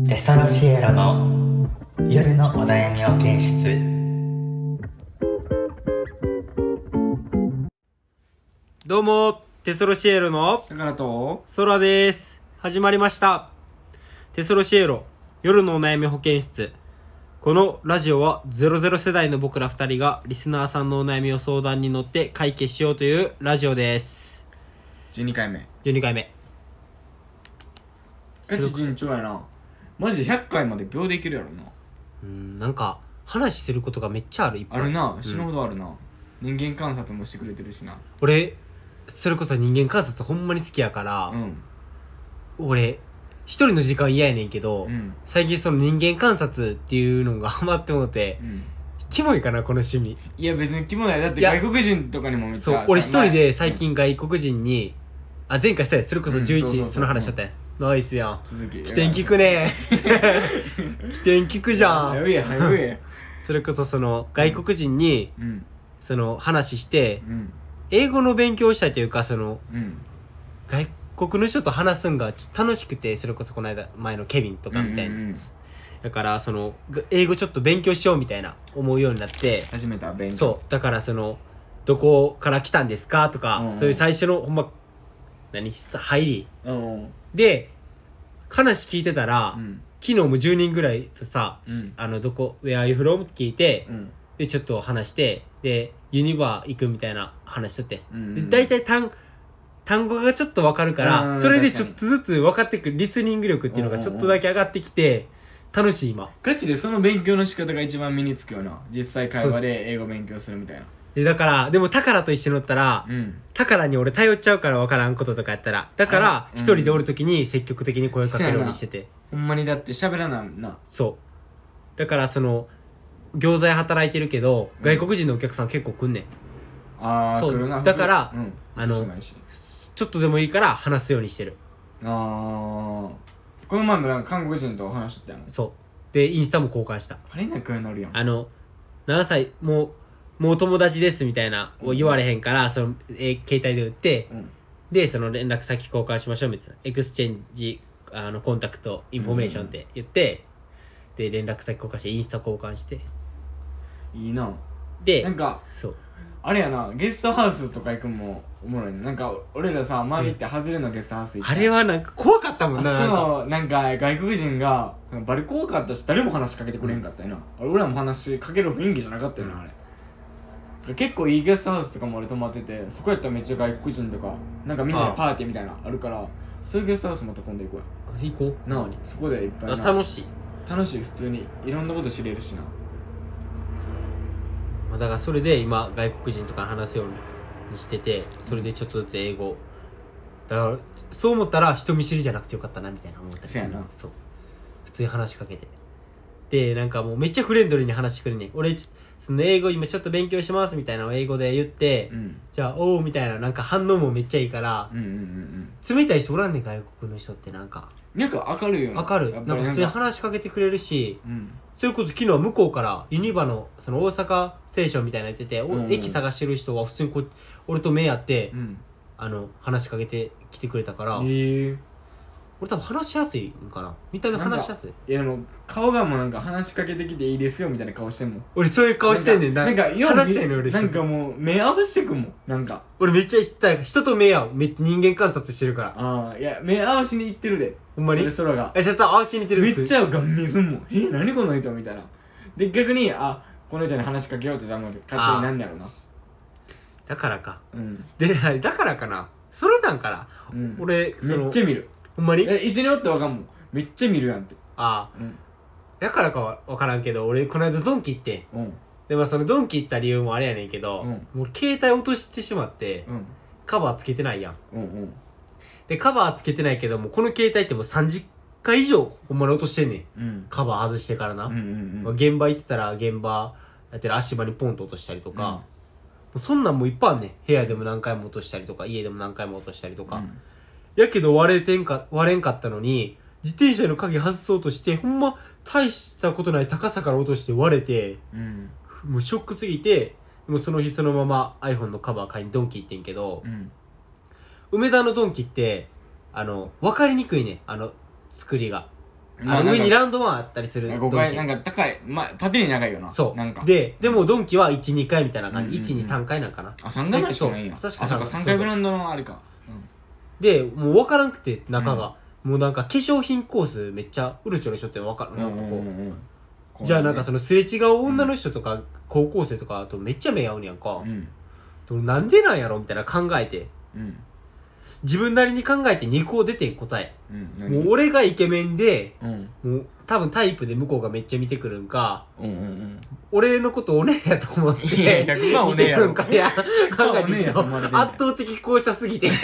テソロシエロの夜のお悩みを検出。 どうもテソロシエロのだからとソラです。始まりました。テソロシエロ夜のお悩み保健室。このラジオは00世代の僕ら2人がリスナーさんのお悩みを相談に乗って解決しようというラジオです。 12回目 12回目。 ガチ順調やな。マジで100回まで秒でいけるやろな。 なんか話することがめっちゃある。いっぱいあるな、死ぬほどあるな、人間観察もしてくれてるしな。 俺それこそ人間観察ほんまに好きやから、俺一人の時間嫌やねんけど、最近その人間観察っていうのがハマってもうて、キモいかなこの趣味。 いや別にキモない。だって外国人とかにもめっちゃ。 そう俺一人で最近外国人に、前回したよ。それこそ11、その話しちゃったよ。ナイスやん。 続き起点聞くね起点聞くじゃん。 早いや早いやそれこそその外国人にその話して、英語の勉強したいというか、その外国の人と話すんがちょっと楽しくて、それこそこの間前のケビンとかみたいに、だからその英語ちょっと勉強しようみたいな思うようになって始めた勉強。 そうだからそのどこから来たんですかとか、そういう最初のほんま入りで話聞いてたら、昨日も10人ぐらいとさ、どこ Where are you from? って聞いて、でちょっと話して、でユニバー行くみたいな話しとって、で大体単語がちょっと分かるから、それでちょっとずつ分かってくるリスニング力っていうのがちょっとだけ上がってきて楽しい今。 ガチでその勉強の仕方が一番身につくよな。実際会話で英語勉強するみたいな。 だからでもタカラと一緒に乗ったら、タカラに俺頼っちゃうから分からんこととかやったら、だから一人でおる時に積極的に声かけるようにしてて、 ほんまにだって喋らないな。 そうだからその餃子屋働いてるけど、外国人のお客さん結構来んねん。そう来るな。 だから、 しちょっとでもいいから話すようにしてる。 この前もなんか韓国人と話しとったやん。 そうでインスタも交換した。 あれ仲良くなるやん。 7歳もう友達ですみたいなを言われへんから、その携帯で打って、でその連絡先交換しましょうみたいな、エクスチェンジコンタクトインフォメーションって言って、で連絡先交換してインスタ交換して、 いいな。 でなんかそうあれやな、ゲストハウスとか行くんもおもろいね。なんか俺らさ、前行って外れのゲストハウス行って、 あれはなんか怖かったもんな。 あそこのなんか外国人がバリ怖かったし、誰も話しかけてくれへんかったよな。俺らも話しかける雰囲気じゃなかったよな、あれ。結構いいゲストハウスとかも俺泊まってて、そこやったらめっちゃ外国人とかなんかみんなでパーティーみたいなあるから、そういうゲストハウスまた今度行こうや。 行こう。 なあ、そこでいっぱいな。 楽しい普通にいろんなこと知れるしな。 だからそれで今外国人とか話すようにしてて、それでちょっとずつ英語だから、そう思ったら人見知りじゃなくてよかったなみたいな思ったりする。そう普通に話しかけて、でなんかもうめっちゃフレンドリーに話してくれんねん。俺その英語今ちょっと勉強しますみたいなのを英語で言って、じゃあおうみたいな、なんか反応もめっちゃいいから、冷たい人おらんねん外国の人って。なんか明るいよな。 明るい。なんか普通に話しかけてくれるし、それこそ昨日は向こうからユニバのその大阪ステーションみたいなのやってて、駅探してる人は普通に俺と目合って、話しかけてきてくれたから、俺多分話しやすいんかな。見た目話しやすい。 いやでも顔がもうなんか話しかけてきていいですよみたいな顔してんもん。 俺そういう顔してんねん。 なんか話してんねん俺。 なんかもう目合わせてくもん。なんか俺めっちゃ人と目合う。人間観察してるから。 いや目合わしに行ってるで。 ほんまにそれ空がちょっと合わしに行ってる。 めっちゃガン見すんもん。何この人みたいな。で逆にこの人に話しかけようって勝手になんだろうな。 だからか。でだからかな。それなんかな。俺めっちゃ見る。 ほんまに一緒におってわかんもん。めっちゃ見るやんって。 だからかは分からんけど、俺この間ドンキ行って、でもそのドンキ行った理由もあれやねんけど、もう携帯落としてしまって、カバーつけてないやん。でカバーつけてないけども、この携帯ってもう30回以上ほんまに落としてんねん。カバー外してからな。現場行ってたら現場やってる足場にポンと落としたりとか、もうそんなんもいっぱいあんねん。部屋でも何回も落としたりとか、家でも何回も落としたりとか。やけど割れんかったのに、自転車の鍵外そうとして、ほんま大したことない高さから落として割れて、もうショックすぎて、もうその日そのまま iPhone のカバー買いにドンキ行ってんけど、梅田のドンキって分かりにくいね、作りが。 上にラウンドワンあったりする 5階なんか高い縦に長いよな。 そうなんかでもドンキは 1,2 階みたいな感じ、1,2、3階なんかな。 あ、3階までしかないんや。 確か 3階ブランドのあれか。 でもう分からんくて中が、もうなんか化粧品コースめっちゃうるちょる人って分かる、なんかこうじゃあなんかそのすれ違う女の人とか高校生とかとめっちゃ目合うねやんか、なんでなんやろみたいな考えて、自分なりに考えて2個出てん答え、もう俺がイケメンで、もう多分タイプで向こうがめっちゃ見てくるんか、俺のことおねえやと思って見てるんか考えてんけど、圧倒的校舎すぎて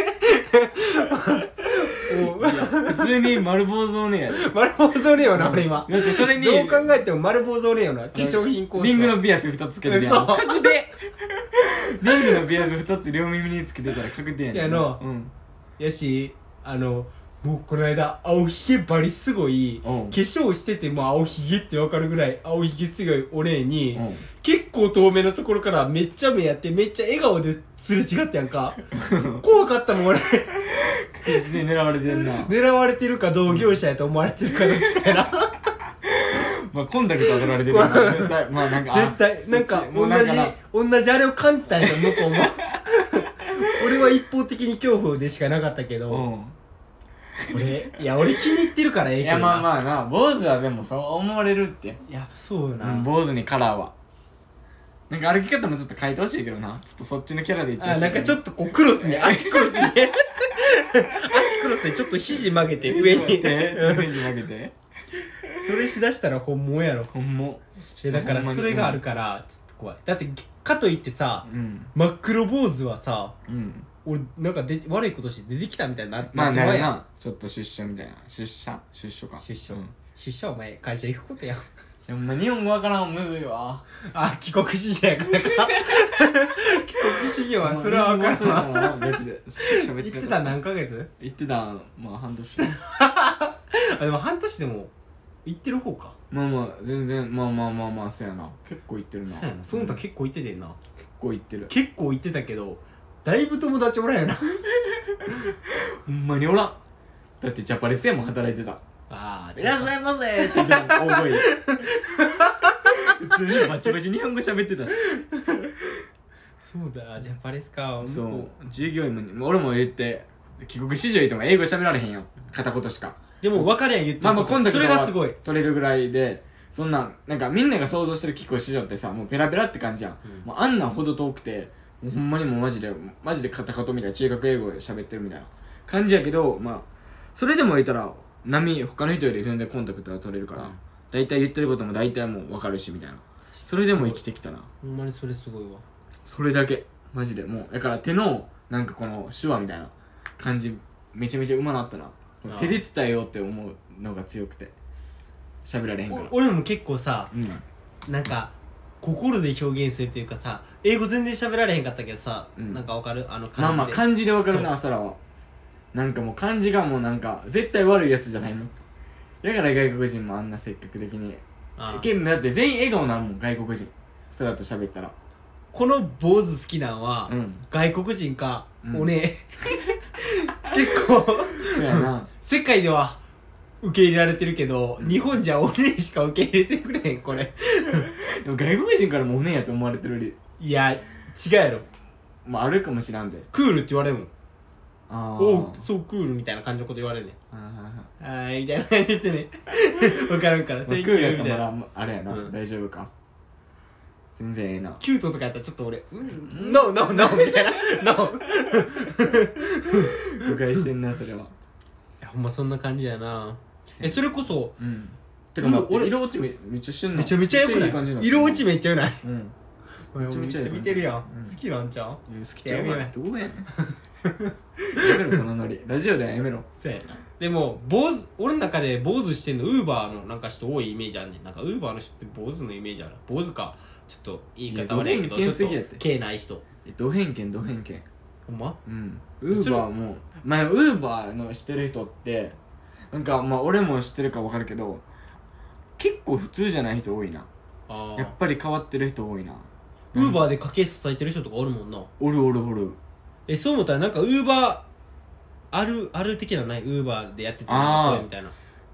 普通に丸坊主おねえやで。 丸坊主おねえよな俺今。 だってそれにどう考えても丸坊主おねえよな。化粧品コースリングのピアス2つつけてるやん。確定。リングのピアス2つ両耳につけてたら確定やねん。 やの、やしもうこの間青ひげバリすごい、化粧してても青ひげってわかるぐらい青ひげすごいお姉に、結構遠目のところからめっちゃ目やってめっちゃ笑顔ですれ違ってやんか怖かったもん俺確実に狙われてんな。 狙われてるか同業者やと思われてるかどっちかやなまあコンタクトは取られてるから絶対まあなんか絶対なんか同じあれを感じたんやと向こうも俺は一方的に恐怖でしかなかったけど、俺気に入ってるからええけどな。 いやまあまあな、坊主はでもそう思われるって。 やっぱそうよな、 坊主にカラーはなんか歩き方もちょっと変えてほしいけどな。ちょっとそっちのキャラでいってほしい。 なんかちょっとこうクロスに足クロスに足クロスでちょっと肘曲げて上に肘曲げてそれしだしたら本物やろ。 本物でだからそれがあるからちょっと怖い。だってかといってさ、真っ黒坊主はさ、俺なんか悪いことして出てきたみたいになってまあなるな。ちょっと出所みたいな。出所か出所お前会社行くことやんほんま日本語わからんむずいわ。 帰国子女やからか帰国子女はそれは分からんわマジで行ってた何ヶ月行ってたまあ半年でも半年でも行ってる方か。 まあまあ全然まあそうやな。結構行ってるな。 そうやな。その他結構行っててんな。 結構行ってる。 結構行ってたけどだいぶ友達おらんよなほんまにおらん。だってジャパレスでも働いてた。 いらっしゃいませーって大声で普通にバチバチ日本語喋ってたし。 そうだジャパレスか。 そう従業員も俺も言って帰国子女言っても英語喋られへんよ片言しか。 でも分かりゃ言ってるまあコンタクトそれがすごい取れるぐらいで、そんなんかみんなが想像してる帰国子女ってさもうペラペラって感じやん、もうあんなんほど遠くてもうほんまにもうマジで片言みたいな中学英語で喋ってるみたいな感じやけど、まあそれでも言ったら他の人より全然コンタクトが取れるから、大体言ってることも大体もう分かるしみたいな。それでも生きてきたな。 ほんまにそれすごいわ。 それだけマジでもうだから手のなんかこの手話みたいな感じめちゃめちゃうまなったな。手で伝えようって思うのが強くて喋られへんから。 俺も結構さ、なんか心で表現するというかさ、英語全然喋られへんかったけどさ、なんかわかる漢字で。 まあ漢字でわかるな。空はなんかもう漢字がもうなんか絶対悪いやつじゃないの。だから外国人もあんな積極的にだって全員笑顔なんもん外国人空と喋ったら。 この坊主好きなんは、外国人か、おね結構そうやな世界では受け入れられてるけど、日本じゃおねしか受け入れてくれへんこれでも外国人からもおねやと思われてる。 いや違うやろ。 まああるかもしらんで。 クールって言われるもん。 おそうクールみたいな感じのこと言われるね。みたいな感じ言ってね分からんから。 クールやったらまだあれやな、大丈夫か。全然ええな。 キュートとかやったらちょっと俺ノーみたいなノー誤解してんなそれは。 ほんまそんな感じやな。それこそてかまあ俺色落ちめっちゃしてんの。 めちゃめちゃよくない？色落ちめっちゃよない？めちゃめちゃ見てるやん。好きなんちゃう？ 好きちゃうわ。どうやねんやめろそのノリ。ラジオではやめろ。 そうやな。でも俺の中で坊主してんのウーバーのなんか人多いイメージあんねん。なんかウーバーの人って坊主のイメージある。坊主かちょっと言い方悪いけどちょっと毛ない人。 ド偏見。 ほんま？ ウーバーもまあウーバーのしてる人ってなんかまあ俺も知ってるか分かるけど結構普通じゃない人多いな。やっぱり変わってる人多いな。 ウーバーで家計支えてる人とかおるもんな。 おる。 そう思ったらなんかウーバーある的なない？ウーバーでやっててみたいな。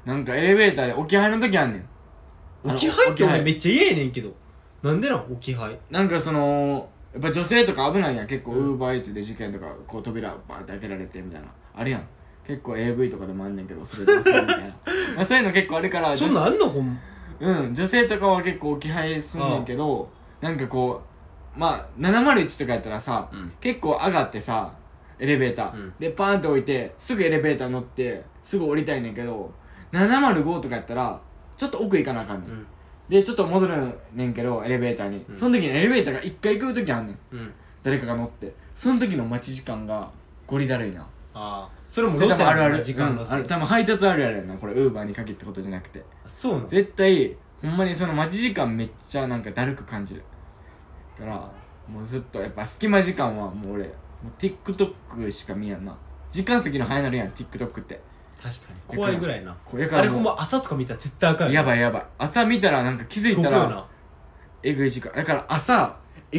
なんかエレベーターで置き配の時あんねん。 置き配って俺めっちゃ嫌やねんけど、なんでなん置き配。 なんかそのやっぱ女性とか危ないやん。結構ウーバーイーツで事件とかこう扉バーって開けられてみたいなあるやん。結構 AV とかでもあんねんけど、それで遅いみたいなまあそういうの結構あるから、 そんなんあんのほんま。 うん女性とかは結構置き配すんねんけど、なんかこうまあ701とかやったらさ、結構上がってさエレベーター、でパーンって置いてすぐエレベーター乗ってすぐ降りたいねんけど、705とかやったらちょっと奥行かなあかんねん、でちょっと戻るねんけどエレベーターに、その時にエレベーターが1回行く時あんねん、誰かが乗って、その時の待ち時間がゴリだるいな。 ああ、それもロスやんな、時間ロス。 多分配達あるあるやな、これウーバーに限ったことじゃなくて。 そうなの。 絶対ほんまにその待ち時間めっちゃなんかだるく感じるからもうずっとやっぱ隙間時間はもう俺もう TikTok しか見やんな。時間先の早なるやん TikTok って。 確かに怖いぐらいな。 あれほんま朝とか見たら絶対あかんやばいやばい。朝見たらなんか気づいたらえぐい時間だから朝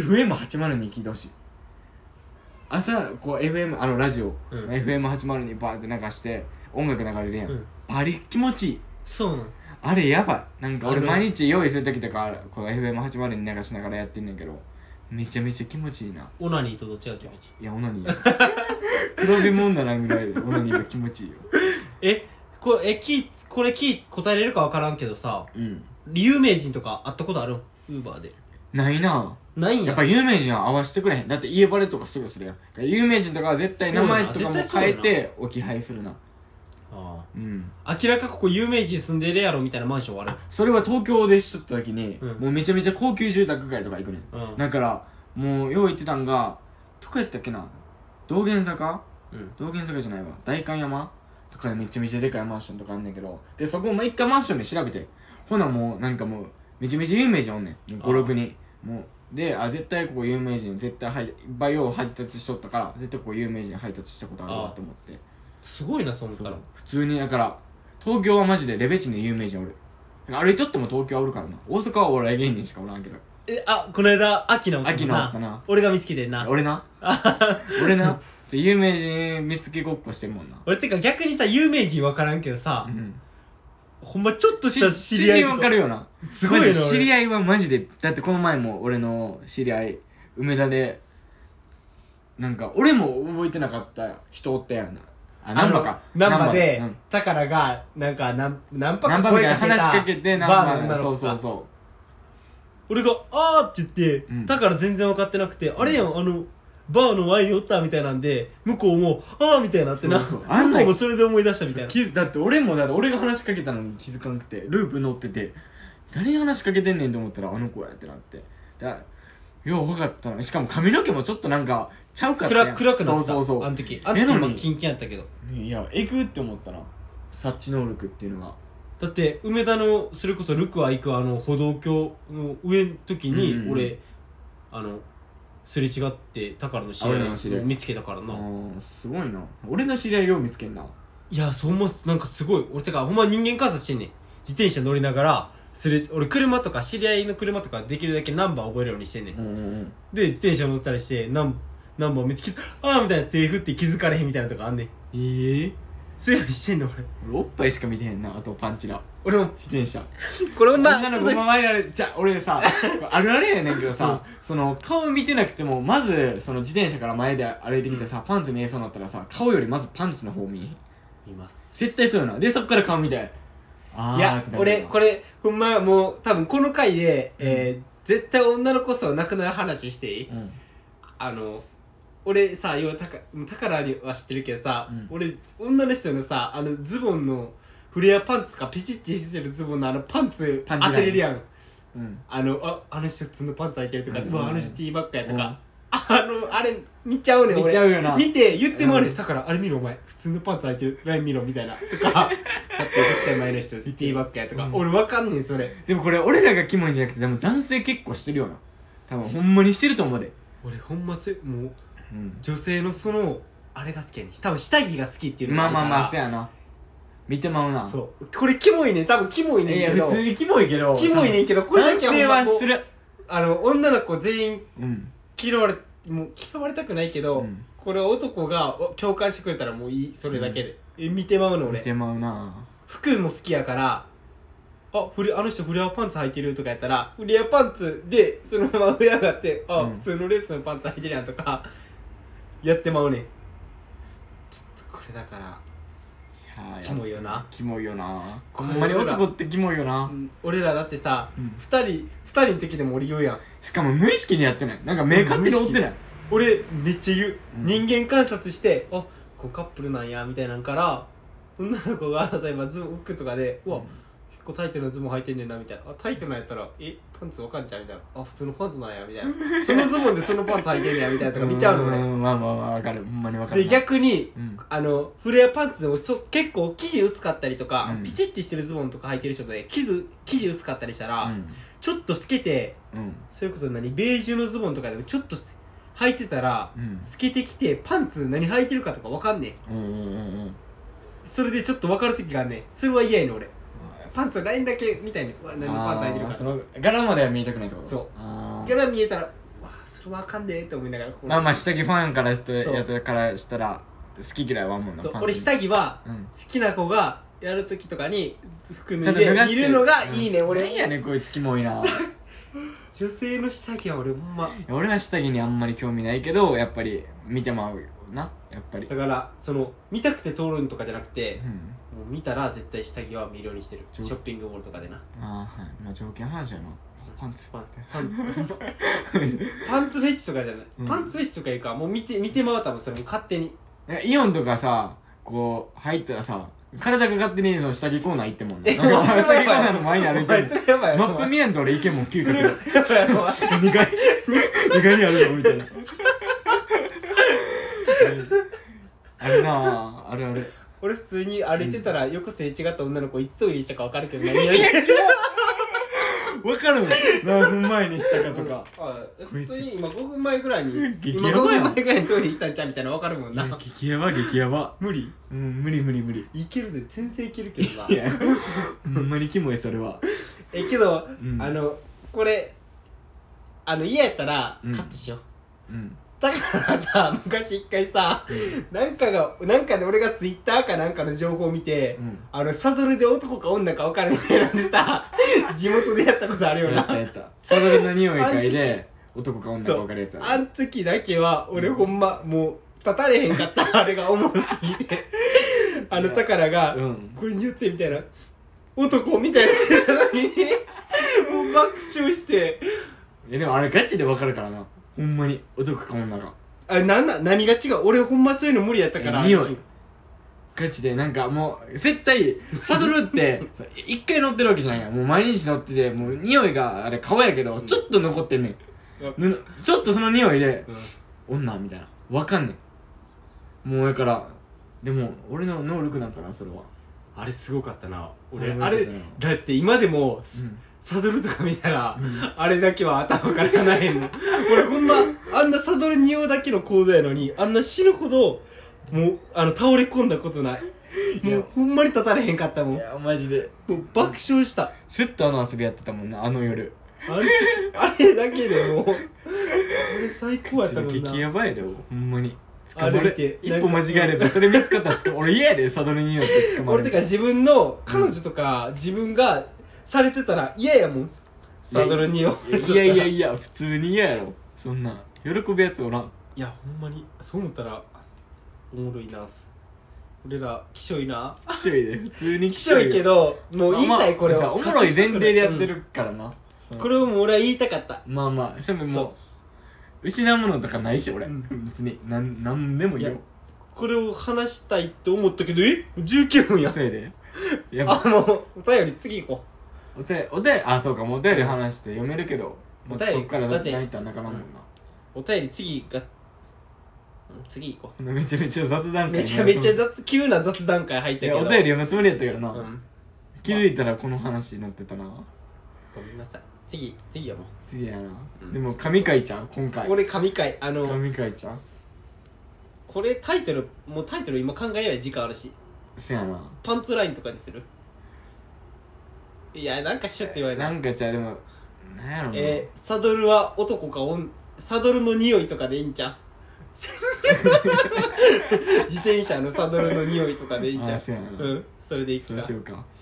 FM802 聞いてほしい。朝こう FM ラジオ、FM802 バーって流して音楽流れるやん、バリ気持ちいい。 そうなんあれやばい。なんか俺毎日用意する時とかこの FM802 流しながらやってんねんけど、めちゃめちゃ気持ちいいな。 オナニーとどっちが気持ちいい？ いやオナニー黒びもんならぐらいでオナニーが気持ちいいよ。 これ答えれるか分からんけどさ、有名人とか会ったことあるん？ウーバーで。 ないな。 ないんや。 やっぱ有名人は合わせてくれへん。だって家バレとかすぐするやん。有名人とかは絶対名前とかも変えて置き配するな。 明らかここ有名人住んでるやろみたいなマンションある。 それは東京でしとった時に、もうめちゃめちゃ高級住宅街とか行くねん、だからもうよう言ってたんがどこやったっけな、道玄坂、道玄坂じゃないわ、代官山とかでめちゃめちゃでかいマンションとかあんねんけど、でそこも一回マンションで調べて、ほなもうなんかもうめちゃめちゃ有名人おんねん、56人もうで、絶対ここ有名人絶対いっぱいを配達しとったから絶対ここ有名人配達したことあるわと思って。 すごいな、そう思ったら。 普通にだから東京はマジでレベチに有名人おる。歩いとっても東京はおるからな。大阪はお笑い芸人しかおらんけど。 この間秋のおったな。 俺が見つけてんな。 俺な有名人見つけごっこしてるもんな。 俺てか逆にさ、有名人分からんけどさ、ほんまちょっとした知り合いとか分かるよな。 すごいな。 知り合いはマジで、だってこの前も俺の知り合い梅田でなんか俺も覚えてなかった人おったやんな。ナンバで宝がなんかナンパか声かけた話しかけてバーの女の子が、 そう俺が「あー」って言って宝全然分かってなくて、あれやんバーのワインおったみたいなんで、向こうも「あー」みたいになってな、向こうもそれで思い出したみたいな。 だって俺が話しかけたのに気づかなくて、ループ乗ってて誰に話しかけてんねんと思ったらあの子やってなって、よう分かったの。しかも髪の毛もちょっとなんかちゃうかったやん。 暗くなってた。 そうあの時もキンキンやったけど、 いやエグって思ったな、察知能力っていうのが。 だって梅田のそれこそルクア行く歩道橋の上の時に俺すれ違って宝の知り合いを見つけたからな。 すごいな。俺の知り合いよう見つけんな。 いやほんまなんかすごい。俺てかほんま人間観察してんねん。自転車乗りながら俺車とか知り合いの車とかできるだけナンバー覚えるようにしてんねん、で自転車乗ってたりしてナンバー見つけて「あー」みたいな手振って気づかれへんみたいなとかあんねん。そういうのしてんの俺おっぱいしか見てへんな。あとパンチラ。 俺も自転車これ女の子も前られじゃ俺さあるあるやねんけどさ、その顔見てなくてもまずその自転車から前で歩いてきてさ、パンツ見えそうになったらさ、顔よりまずパンツの方見ます。 絶対そうよな。でそっから顔見て、 いや俺これほんまもう多分この回で、絶対女の子そうなくなる話していい？俺さ、宝には知ってるけどさ、俺女の人のさズボンのフレアパンツとかピチッチしてるズボンのパンツ当てれるやん。あの人普通のパンツ履いてるとか、うわあの人ティーバッグやとか、あれ見ちゃうねん。 見ちゃうよな。 見て言ってもらうねん。宝あれ見ろお前普通のパンツ履いてるライン見ろみたいなとかだって絶対前の人ティーバッグやとか、俺わかんねんそれ。 でもこれ俺らがキモいんじゃなくて、でも男性結構してるよな。多分ほんまにしてると思うで。 俺ほんまもう女性のあれが好きやねん。多分下着が好きっていうのがあるから。 まあそうやな。見てまうな。 そうこれキモいねん。多分キモいねんけど。 いや普通にキモいけど。 キモいねんけど、これだけはほんまする。 女の子全員嫌われたくないけど、これ男が共感してくれたらもういい。それだけで見てまうの俺。 見てまうな。 服も好きやからあの人フレアパンツ履いてるとかやったらフレアパンツでそのまま上上がって普通のレースのパンツ履いてるやんとかやってまうねん。ちょっとこれだからキモいよな。 キモいよな。ほんまに男ってキモいよな。 俺らだってさ、2人の時でも俺言うやん。 しかも無意識にやってない。なんか目勝手に追ってない。 俺めっちゃ言う、人間観察してこうカップルなんやみたいなんから女の子が例えば服とかでうわ結構タイトなズボン履いてんねんなみたいなタイトなんやったらパンツわかんちゃうみたいな普通のパンツなんやみたいなそのズボンでそのパンツ履いてんねやみたいなとか見ちゃうの俺。 まあわかる。ほんまにわかる。 で逆に、フレアパンツでも結構生地薄かったりとか、ピチッてしてるズボンとか履いてる人で生地薄かったりしたら、ちょっと透けて、それこそベージュのズボンとかでもちょっと履いてたら、透けてきてパンツ何履いてるかとかわかんねえ。それでちょっと分かる時があんねん。それは嫌やねん俺。パンツラインだけみたいに何のパンツ履いてるかその柄までは見えたくないってこと？ そう柄見えたらそれわかんねえって思いながらまあ下着ファンからしたら好き嫌いはあんもんな。 そう俺下着は好きな子がやる時とかに服脱いで見るのがいいね俺。 何やねんこいつキモいな。 女性の下着は俺ほんま俺は下着にあんまり興味ないけどやっぱり見てまうよな。やっぱりだから見たくて通るんとかじゃなくて、もう見たら絶対下着は見るようにしてる。ショッピングモールとかでな。 まあ条件反射やな。パンツパンツフェチとかじゃない、パンツフェチとかいうかもう見てまうたもんそれも勝手に。 イオンとかさこう入ったらさ体が勝手にその下着コーナー行ってもんね。 下着コーナーの前に歩いてる。 それやばい。 マップ見やんと俺行けんもん嗅覚で。 2 階にあるのみたいな。あれなあれ俺普通に歩いてたらよくすれ違った女の子いつトイレしたか分かるけど何分かるの何分前にしたかとか。 普通に今5分前ぐらいに激今5分前ぐらいにトイレ行ったんちゃうみたいなの分かるもんな。 激ヤバ無理。無理いけるで全然いけるけどな。 いやほんまにキモいそれは。 けどこれ嫌やったらカットしよう。だからさ昔一回さ、なんかで俺がツイッターかなんかの情報を見て、サドルで男か女か分かるみたいなんでさ地元でやったことあるよな。 やったサドルの匂い嗅いで男か女か分かるやつ。 あん時だけは俺ほんまもう立たれへんかったあれがおもろすぎて宝がこれに言ってみたいな男みたいなのにもう爆笑して。 でもあれガチで分かるからな。ほんまに男か女が何が違う。俺ほんまそういうの無理やったから匂いガチでなんかもう絶対サドルって一回乗ってるわけじゃないやん。もう毎日乗っててもう匂いがあれ顔やけどちょっと残ってんねん。ちょっとその匂いで女みたいなわかんねん。もうやからでも俺の能力なんかなそれは。 あれすごかったな俺。あれだって今でもサドルとか見たら、あれだけは頭から離れんの。俺ほんまあんなサドルに用だけの構造やのにあんな死ぬほどもう倒れ込んだことない。もうほんまに立たれへんかったもん。 いやマジでもう爆笑した。 ずっと遊びやってたもんな夜。 あれだけでもう俺最高やったもんな。 激ヤバいでほんまに。 歩いて一歩間違えればそれ見つかったら俺嫌やでサドルによって捕まる。 俺てか自分の彼女とか自分がされてたら嫌やもんサドルによ。 いや普通に嫌やろそんな喜ぶやつおらん。 いやほんまにそう思ったらおもろいな。俺らきしょいな。 きしょいで普通にきしょいけどもう言いたいこれをおもろい前提でやってるからな。 これをもう俺は言いたかった。 まあしかももう失うものとかないし俺別になんでもいいよ。 これを話したいって思ったけど19分や。 せいでお便り次行こう。お便りそうかもうお便り話して読めるけどそっからだってないとなかなもんな。 お便り次行こう。 めちゃめちゃ雑談会。 めちゃめちゃ急な雑談会入ったけどお便り読むつもりやったけどな。気づいたらこの話になってたな。 ごめんなさい。次やもん。 次やな。でも神回ちゃん今回。 これ神回神回ちゃん。 これタイトル今考えようや時間あるし。 せやな。 パンツラインとかにする？いやなんかしようって言われない。 なんかじゃあでもなんやろな。 サドルは男かサドルの匂いとかでいいんちゃう？自転車のサドルの匂いとかでいいんちゃう？ せやな。 それでいくか。 そうしようか。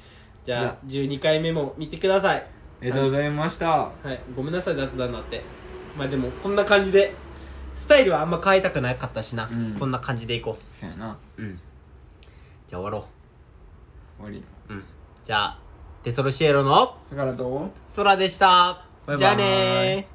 じゃあ12回目も見てください。 ありがとうございました。 はい、ごめんなさい雑談になって。まあでもこんな感じでスタイルはあんま変えたくなかったしな、こんな感じでいこそうやな。 う。じゃあ終わろ終わり。 う。じゃあテソロシエロのだからどう空でした。 バイバイじゃあねー。